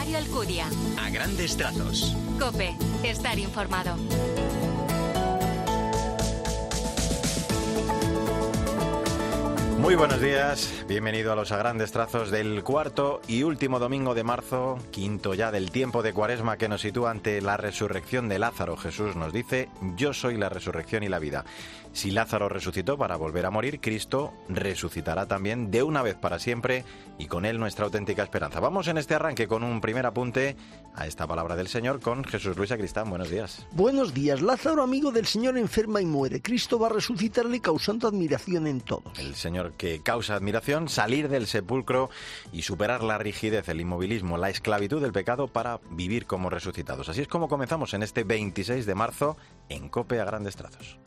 Mario Alcudia. A grandes trazos. COPE. Estar informado. Muy buenos días, bienvenido a los A Grandes Trazos del cuarto y último domingo de marzo, quinto ya del tiempo de Cuaresma que nos sitúa ante la resurrección de Lázaro. Jesús nos dice: yo soy la resurrección y la vida. Si Lázaro resucitó para volver a morir, Cristo resucitará también de una vez para siempre y con él nuestra auténtica esperanza. Vamos en este arranque con un primer apunte a esta palabra del Señor con Jesús Luis Sacristán. Buenos días. Buenos días. Lázaro, amigo del Señor, enferma y muere. Cristo va a resucitarle causando admiración en todos. El Señor que causa admiración, salir del sepulcro y superar la rigidez, el inmovilismo, la esclavitud del pecado para vivir como resucitados. Así es como comenzamos en este 26 de marzo en COPE a Grandes Trazos.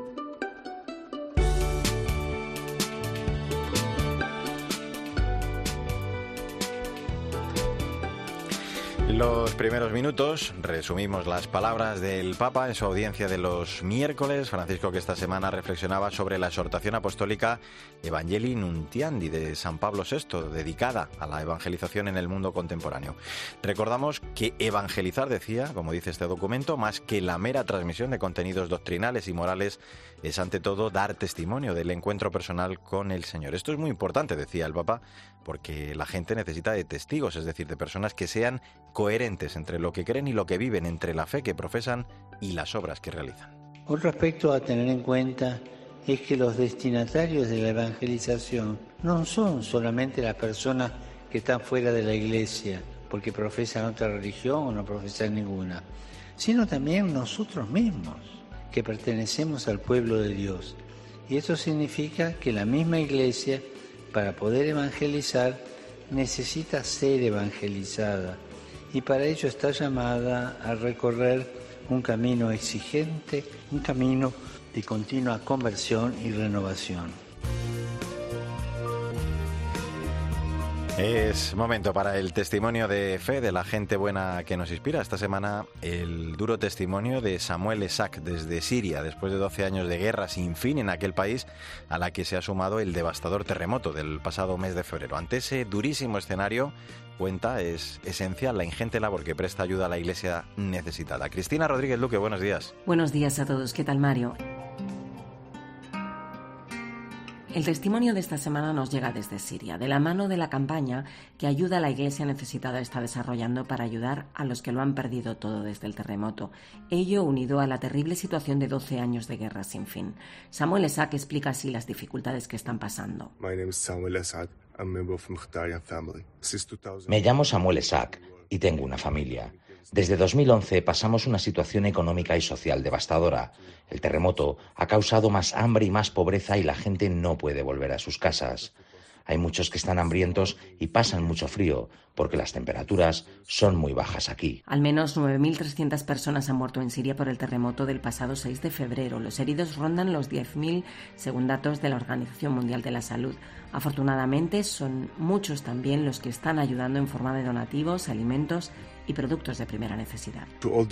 Los primeros minutos resumimos las palabras del Papa en su audiencia de los miércoles. Francisco, que esta semana reflexionaba sobre la exhortación apostólica Evangelii Nuntiandi de San Pablo VI, dedicada a la evangelización en el mundo contemporáneo. Recordamos que evangelizar, decía, como dice este documento, más que la mera transmisión de contenidos doctrinales y morales, es ante todo dar testimonio del encuentro personal con el Señor. Esto es muy importante, decía el Papa, porque la gente necesita de testigos, es decir, de personas que sean coherentes entre lo que creen y lo que viven, entre la fe que profesan y las obras que realizan. Otro aspecto a tener en cuenta es que los destinatarios de la evangelización no son solamente las personas que están fuera de la iglesia porque profesan otra religión o no profesan ninguna, sino también nosotros mismos, que pertenecemos al pueblo de Dios. Y eso significa que la misma iglesia, para poder evangelizar, necesita ser evangelizada. Y para ello está llamada a recorrer un camino exigente, un camino de continua conversión y renovación. Es momento para el testimonio de fe de la gente buena que nos inspira. Esta semana el duro testimonio de Samuel Esak desde Siria, después de 12 años de guerra sin fin en aquel país, a la que se ha sumado el devastador terremoto del pasado mes de febrero. Ante ese durísimo escenario, cuenta, es esencial la ingente labor que presta ayuda a la iglesia necesitada. Cristina Rodríguez Luque, buenos días. Buenos días a todos. ¿Qué tal, Mario? El testimonio de esta semana nos llega desde Siria, de la mano de la campaña que Ayuda a la Iglesia Necesitada está desarrollando para ayudar a los que lo han perdido todo desde el terremoto. Ello unido a la terrible situación de 12 años de guerra sin fin. Samuel Esak explica así las dificultades que están pasando. Me llamo Samuel Esak y tengo una familia. Desde 2011 pasamos una situación económica y social devastadora. El terremoto ha causado más hambre y más pobreza y la gente no puede volver a sus casas. Hay muchos que están hambrientos y pasan mucho frío, porque las temperaturas son muy bajas aquí. Al menos 9.300 personas han muerto en Siria por el terremoto del pasado 6 de febrero. Los heridos rondan los 10.000, según datos de la Organización Mundial de la Salud. Afortunadamente, son muchos también los que están ayudando en forma de donativos, alimentos y productos de primera necesidad.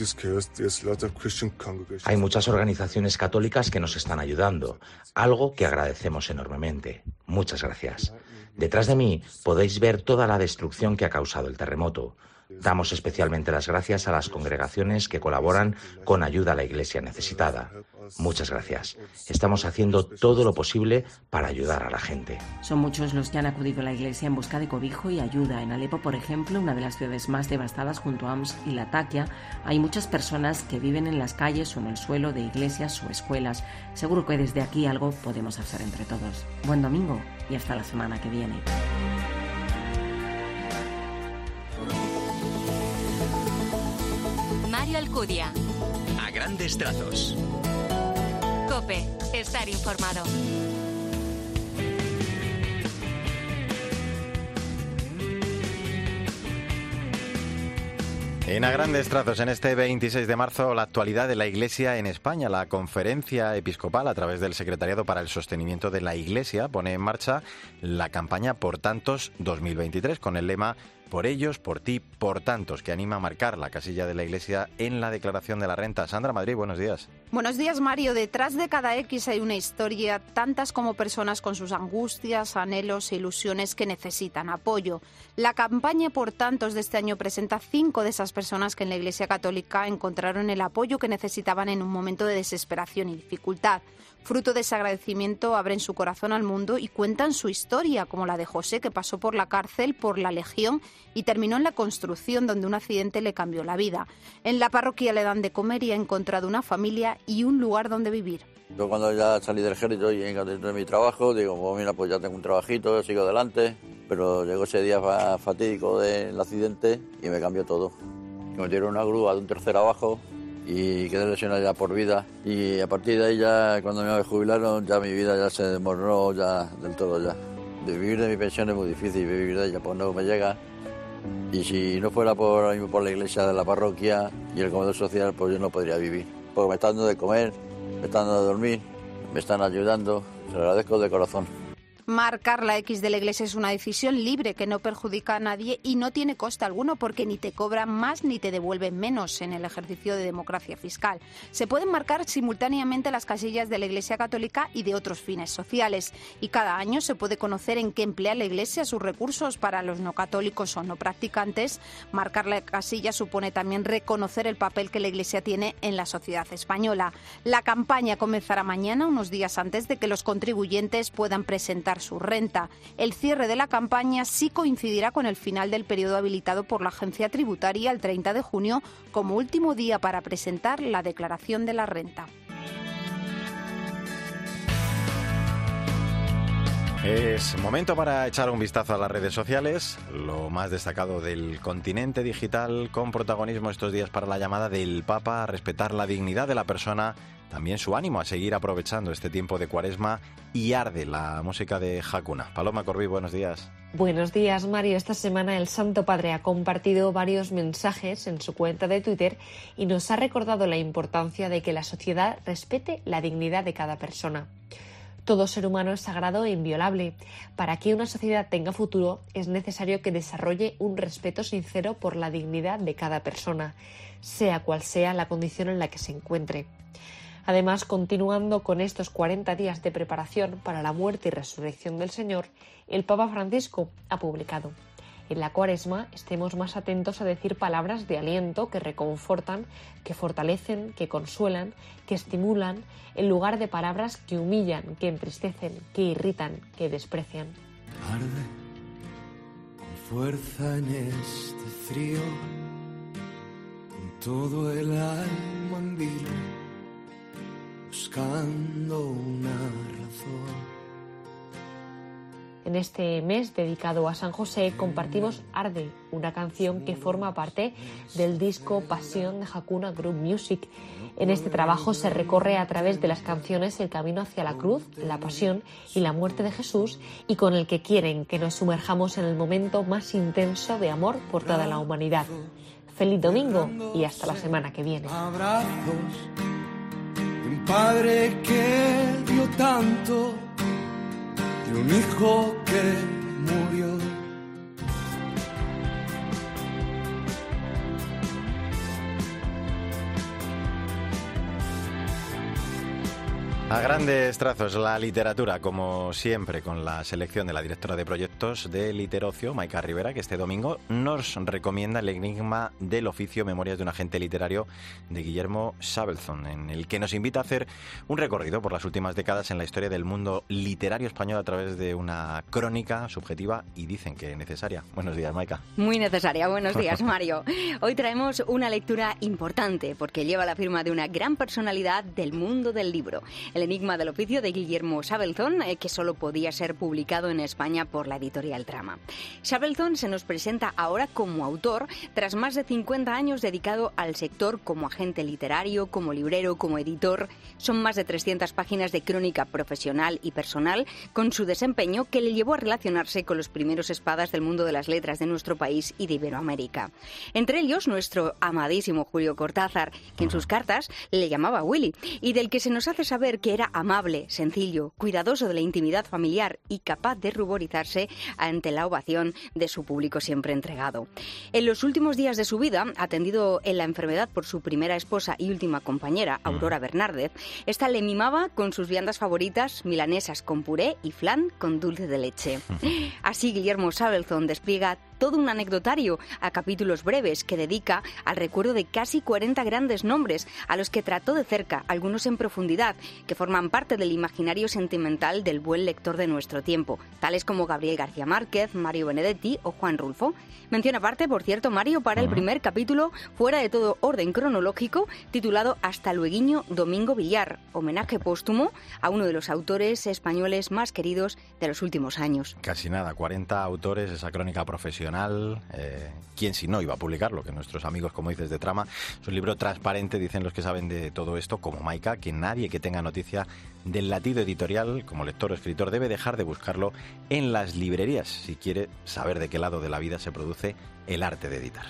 Hay muchas organizaciones católicas que nos están ayudando, algo que agradecemos enormemente. Muchas gracias. Detrás de mí podéis ver toda la destrucción que ha causado el terremoto. Damos especialmente las gracias a las congregaciones que colaboran con Ayuda a la Iglesia Necesitada. Muchas gracias. Estamos haciendo todo lo posible para ayudar a la gente. Son muchos los que han acudido a la iglesia en busca de cobijo y ayuda. En Alepo, por ejemplo, una de las ciudades más devastadas junto a Homs y Latakia, hay muchas personas que viven en las calles o en el suelo de iglesias o escuelas. Seguro que desde aquí algo podemos hacer entre todos. Buen domingo y hasta la semana que viene. Mario Alcudia. A grandes trazos. COPE. Estar informado. En A Grandes Trazos, en este 26 de marzo, la actualidad de la Iglesia en España. La Conferencia Episcopal, a través del Secretariado para el Sostenimiento de la Iglesia, pone en marcha la campaña Por Tantos 2023, con el lema Por ellos, por ti, por tantos, que anima a marcar la casilla de la Iglesia en la declaración de la renta. Sandra Madrid, buenos días. Buenos días, Mario. Detrás de cada X hay una historia, tantas como personas con sus angustias, anhelos e ilusiones que necesitan apoyo. La campaña por tantos de este año presenta 5 de esas personas que en la Iglesia Católica encontraron el apoyo que necesitaban en un momento de desesperación y dificultad. Fruto de ese agradecimiento, abren su corazón al mundo y cuentan su historia, como la de José, que pasó por la cárcel, por la Legión y terminó en la construcción, donde un accidente le cambió la vida. En la parroquia le dan de comer y ha encontrado una familia y un lugar donde vivir. Yo cuando ya salí del ejército y encontré mi trabajo, digo, pues mira, pues ya tengo un trabajito, sigo adelante, pero llegó ese día fatídico del accidente y me cambió todo. Me metieron una grúa de un tercer abajo y quedé lesionado ya por vida, y a partir de ahí ya cuando me jubilaron ya mi vida ya se desmoronó ya del todo ya. De vivir de mi pensión es muy difícil, vivir de ella pues no me llega, y si no fuera por la iglesia de la parroquia y el comedor social pues yo no podría vivir, porque me están dando de comer, me están dando de dormir, me están ayudando, se lo agradezco de corazón. Marcar la X de la Iglesia es una decisión libre que no perjudica a nadie y no tiene coste alguno porque ni te cobran más ni te devuelven menos en el ejercicio de democracia fiscal. Se pueden marcar simultáneamente las casillas de la Iglesia Católica y de otros fines sociales y cada año se puede conocer en qué emplea la Iglesia sus recursos para los no católicos o no practicantes. Marcar la casilla supone también reconocer el papel que la Iglesia tiene en la sociedad española. La campaña comenzará mañana, unos días antes de que los contribuyentes puedan presentar su renta. El cierre de la campaña sí coincidirá con el final del periodo habilitado por la agencia tributaria el 30 de junio como último día para presentar la declaración de la renta. Es momento para echar un vistazo a las redes sociales, lo más destacado del continente digital, con protagonismo estos días para la llamada del Papa a respetar la dignidad de la persona, también su ánimo a seguir aprovechando este tiempo de Cuaresma, y arde la música de Hakuna. Paloma Corbí, buenos días. Buenos días, Mario. Esta semana el Santo Padre ha compartido varios mensajes en su cuenta de Twitter y nos ha recordado la importancia de que la sociedad respete la dignidad de cada persona. Todo ser humano es sagrado e inviolable. Para que una sociedad tenga futuro es necesario que desarrolle un respeto sincero por la dignidad de cada persona, sea cual sea la condición en la que se encuentre. Además, continuando con estos 40 días de preparación para la muerte y resurrección del Señor, el Papa Francisco ha publicado: en la Cuaresma estemos más atentos a decir palabras de aliento que reconfortan, que fortalecen, que consuelan, que estimulan, en lugar de palabras que humillan, que entristecen, que irritan, que desprecian. Arde con fuerza en este frío, con todo el alma en vilo, buscando una razón. En este mes dedicado a San José compartimos Arde, una canción que forma parte del disco Pasión de Hakuna Group Music. En este trabajo se recorre a través de las canciones el camino hacia la cruz, la pasión y la muerte de Jesús, y con el que quieren que nos sumerjamos en el momento más intenso de amor por toda la humanidad. Feliz domingo y hasta la semana que viene. Abrazos de un padre que dio tanto, de un hijo que murió. A grandes trazos, la literatura, como siempre, con la selección de la directora de proyectos de Literocio, Maika Rivera, que este domingo nos recomienda El enigma del oficio, Memorias de un agente literario, de Guillermo Sabelzon, en el que nos invita a hacer un recorrido por las últimas décadas en la historia del mundo literario español a través de una crónica subjetiva y dicen que necesaria. Buenos días, Maika. Muy necesaria. Buenos días, Mario. Hoy traemos una lectura importante porque lleva la firma de una gran personalidad del mundo del libro. El enigma del oficio de Guillermo Sabelzon, que solo podía ser publicado en España por la editorial Trama. Sabelzon se nos presenta ahora como autor, tras más de 50 años dedicado al sector como agente literario, como librero, como editor. Son más de 300 páginas de crónica profesional y personal con su desempeño que le llevó a relacionarse con los primeros espadas del mundo de las letras de nuestro país y de Iberoamérica. Entre ellos, nuestro amadísimo Julio Cortázar, que en sus cartas le llamaba Willy, y del que se nos hace saber que era amable, sencillo, cuidadoso de la intimidad familiar y capaz de ruborizarse ante la ovación de su público siempre entregado. En los últimos días de su vida, atendido en la enfermedad por su primera esposa y última compañera, Aurora Bernárdez, esta le mimaba con sus viandas favoritas, milanesas con puré y flan con dulce de leche. Así, Guillermo Sabelzon despliega todo un anecdotario a capítulos breves que dedica al recuerdo de casi 40 grandes nombres a los que trató de cerca, algunos en profundidad, que forman parte del imaginario sentimental del buen lector de nuestro tiempo, tales como Gabriel García Márquez, Mario Benedetti o Juan Rulfo. Mención aparte, por cierto, Mario, para el primer capítulo, fuera de todo orden cronológico, titulado Hasta lueguiño Domingo Villar, homenaje póstumo a uno de los autores españoles más queridos de los últimos años. Casi nada, 40 autores, esa crónica profesional. ¿Quién si no iba a publicarlo? Que nuestros amigos, como dices, de Trama, es un libro transparente, dicen los que saben de todo esto, como Maika, que nadie que tenga noticia del latido editorial, como lector o escritor, debe dejar de buscarlo en las librerías, si quiere saber de qué lado de la vida se produce el arte de editar.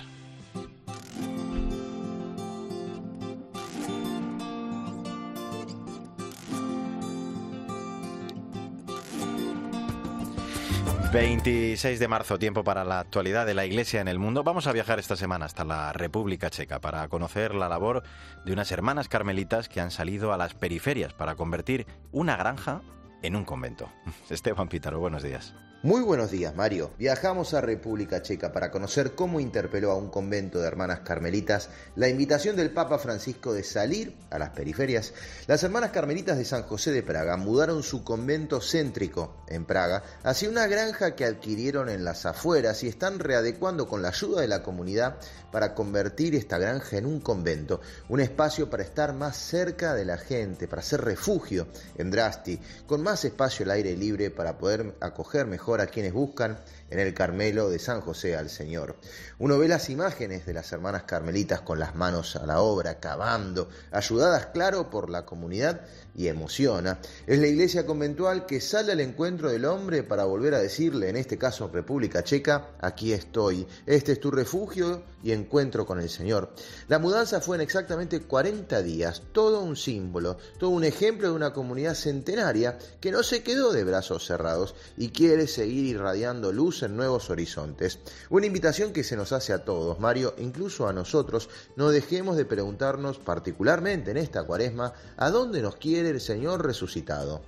...26 de marzo, tiempo para la actualidad de la Iglesia en el mundo. Vamos a viajar esta semana hasta la República Checa para conocer la labor de unas hermanas carmelitas que han salido a las periferias para convertir una granja en un convento. Esteban Pítaro, buenos días. Muy buenos días, Mario. Viajamos a República Checa para conocer cómo interpeló a un convento de hermanas carmelitas la invitación del Papa Francisco de salir a las periferias. Las hermanas carmelitas de San José de Praga mudaron su convento céntrico en Praga hacia una granja que adquirieron en las afueras y están readecuando con la ayuda de la comunidad para convertir esta granja en un convento, un espacio para estar más cerca de la gente, para ser refugio en Drasti, con más espacio al aire libre para poder acoger mejor a quienes buscan en el Carmelo de San José al Señor. Uno ve las imágenes de las hermanas carmelitas con las manos a la obra, cavando, ayudadas, claro, por la comunidad, y emociona. Es la iglesia conventual que sale al encuentro del hombre para volver a decirle, en este caso República Checa, aquí estoy, este es tu refugio y encuentro con el Señor. La mudanza fue en exactamente 40 días, todo un símbolo, todo un ejemplo de una comunidad centenaria que no se quedó de brazos cerrados y quiere seguir irradiando luz en nuevos horizontes. Una invitación que se nos hace a todos, Mario, incluso a nosotros. No dejemos de preguntarnos, particularmente en esta Cuaresma, ¿a dónde nos quiere el Señor resucitado?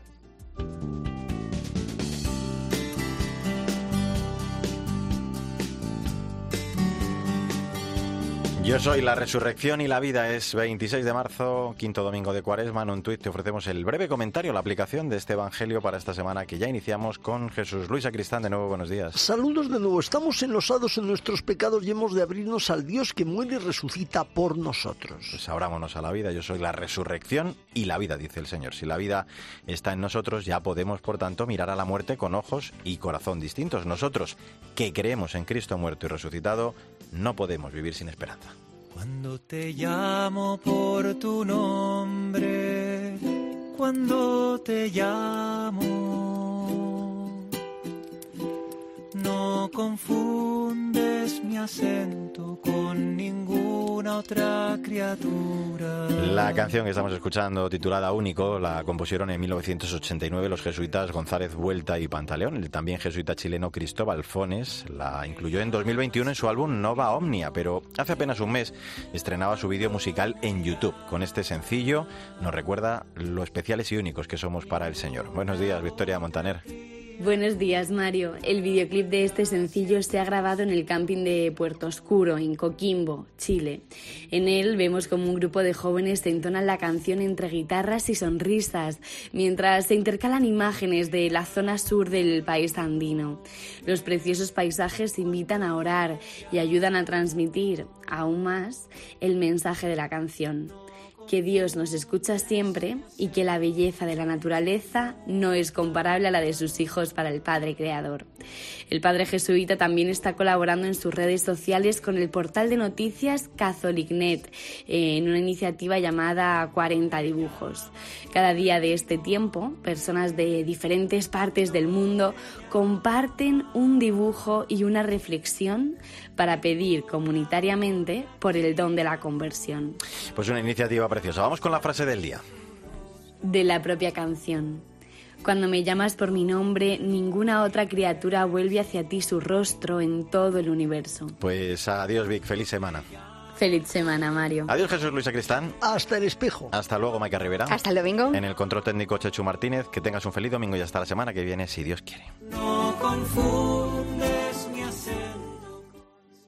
Yo soy la resurrección y la vida. Es 26 de marzo, quinto domingo de Cuaresma. En un tuit te ofrecemos el breve comentario, la aplicación de este evangelio para esta semana que ya iniciamos con Jesús. Luis Sacristán, de nuevo, buenos días. Saludos de nuevo. Estamos enlosados en nuestros pecados y hemos de abrirnos al Dios que muere y resucita por nosotros. Pues abrámonos a la vida. Yo soy la resurrección y la vida, dice el Señor. Si la vida está en nosotros, ya podemos, por tanto, mirar a la muerte con ojos y corazón distintos. Nosotros, que creemos en Cristo muerto y resucitado, no podemos vivir sin esperanza. Cuando te llamo por tu nombre, cuando te llamo, no confundes mi acento con ninguna otra criatura. La canción que estamos escuchando, titulada Único, la compusieron en 1989 los jesuitas González Vuelta y Pantaleón. El también jesuita chileno Cristóbal Fones la incluyó en 2021 en su álbum Nova Omnia, pero hace apenas un mes estrenaba su vídeo musical en YouTube. Con este sencillo nos recuerda lo especiales y únicos que somos para el Señor. Buenos días, Victoria Montaner. Buenos días, Mario. El videoclip de este sencillo se ha grabado en el camping de Puerto Oscuro, en Coquimbo, Chile. En él vemos como un grupo de jóvenes entonan la canción entre guitarras y sonrisas, mientras se intercalan imágenes de la zona sur del país andino. Los preciosos paisajes invitan a orar y ayudan a transmitir aún más el mensaje de la canción. Que Dios nos escucha siempre y que la belleza de la naturaleza no es comparable a la de sus hijos para el Padre Creador. El padre jesuita también está colaborando en sus redes sociales con el portal de noticias CatholicNet en una iniciativa llamada 40 dibujos. Cada día de este tiempo, personas de diferentes partes del mundo comparten un dibujo y una reflexión para pedir comunitariamente por el don de la conversión. Pues una iniciativa preciosa. Vamos con la frase del día. de la propia canción. Cuando me llamas por mi nombre, ninguna otra criatura vuelve hacia ti su rostro en todo el universo. Pues adiós, Vic. Feliz semana. Feliz semana, Mario. Adiós, Jesús Luis Sacristán. Hasta el espejo. Hasta luego, Maika Rivera. Hasta el domingo. En el control técnico, Chechu Martínez. Que tengas un feliz domingo y hasta la semana que viene, si Dios quiere. No confundas